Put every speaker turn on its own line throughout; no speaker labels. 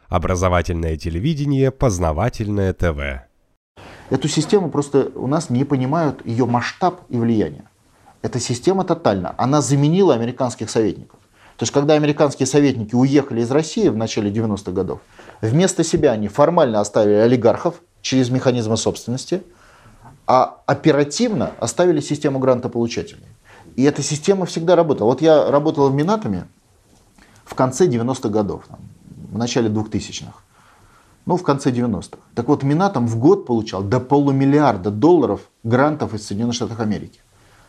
Образовательное телевидение, познавательное ТВ.
Эту систему просто у нас не понимают ее масштаб и влияние. Эта система тотальна. Она заменила американских советников. То есть, когда американские советники уехали из России в начале 90-х годов, вместо себя они формально оставили олигархов через механизмы собственности, а оперативно оставили систему грантополучателей. И эта система всегда работала. Вот я работал в Минатоме в конце 90-х годов, в начале 2000-х. Ну, в конце 90-х. Так вот, Минатом в год получал до $500 миллиарда грантов из Соединенных Штатов Америки.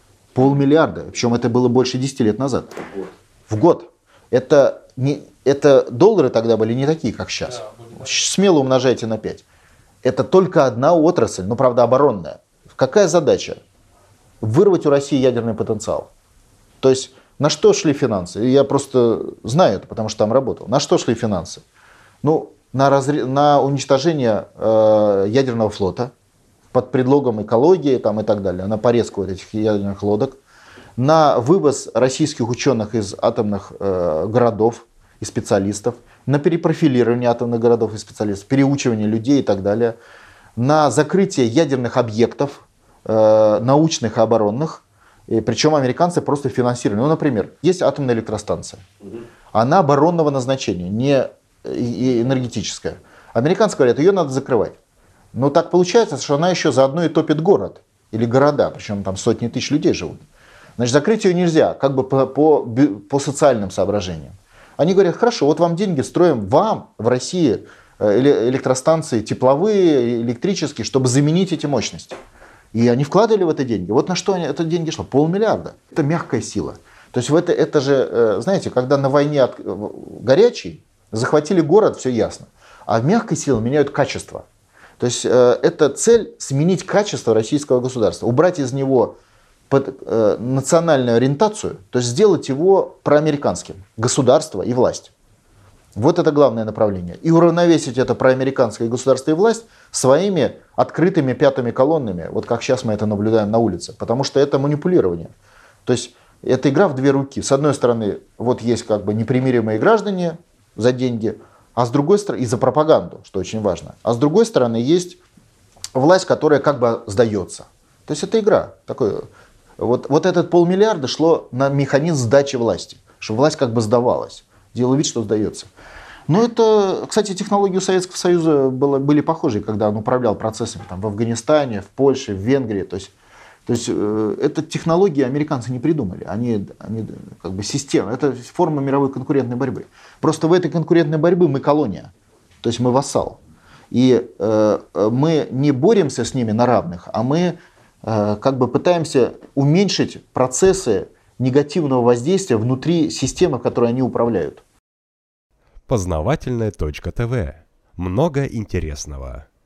$500 миллиарда. Причем это было больше 10 лет назад. В год. Это доллары тогда были не такие, как сейчас. Смело умножайте на 5. Это только одна отрасль, но, правда, оборонная. Какая задача? Вырвать у России ядерный потенциал. То есть, на что шли финансы? Я просто знаю это, потому что там работал. На что шли финансы? Ну, на уничтожение ядерного флота под предлогом экологии там, и так далее, на порезку вот этих ядерных лодок, на вывоз российских ученых из атомных городов и специалистов, на перепрофилирование атомных городов и специалистов, переучивание людей и так далее, на закрытие ядерных объектов, научных и оборонных, и причем американцы просто финансировали. Ну, например, есть атомная электростанция, она оборонного назначения, не энергетическая. Американцы говорят, ее надо закрывать. Но так получается, что она еще заодно и топит город или города, причем там сотни тысяч людей живут. Значит, закрыть ее нельзя, как бы по социальным соображениям. Они говорят, хорошо, вот вам деньги, строим вам в России электростанции тепловые, электрические, чтобы заменить эти мощности. И они вкладывали в это деньги. Вот на что это деньги шло? $500 миллиарда. Это мягкая сила. То есть это же, знаете, когда на войне горячий, захватили город, все ясно. А мягкой силой меняют качество. То есть это цель сменить качество российского государства. Убрать из него национальную ориентацию, то есть сделать его проамериканским. Государство и власть. Вот это главное направление. И уравновесить это проамериканское государство и власть своими открытыми пятыми колоннами, вот как сейчас мы это наблюдаем на улице. Потому что это манипулирование. То есть это игра в две руки. С одной стороны, вот есть как бы непримиримые граждане за деньги, а с другой стороны, и за пропаганду, что очень важно. А с другой стороны, есть власть, которая как бы сдается. То есть это игра. Вот этот $500 миллиарда шло на механизм сдачи власти, чтобы власть как бы сдавалась, делала вид, что сдается. Но это, кстати, технологии у Советского Союза были похожи, когда он управлял процессами там, в Афганистане, в Польше, в Венгрии. То есть эту технологию американцы не придумали. Они как бы система, это форма мировой конкурентной борьбы. Просто в этой конкурентной борьбе мы колония, то есть мы вассал. И мы не боремся с ними на равных, а мы как бы пытаемся уменьшить процессы негативного воздействия внутри системы, которой они управляют.
Познавательное ТВ. Много интересного.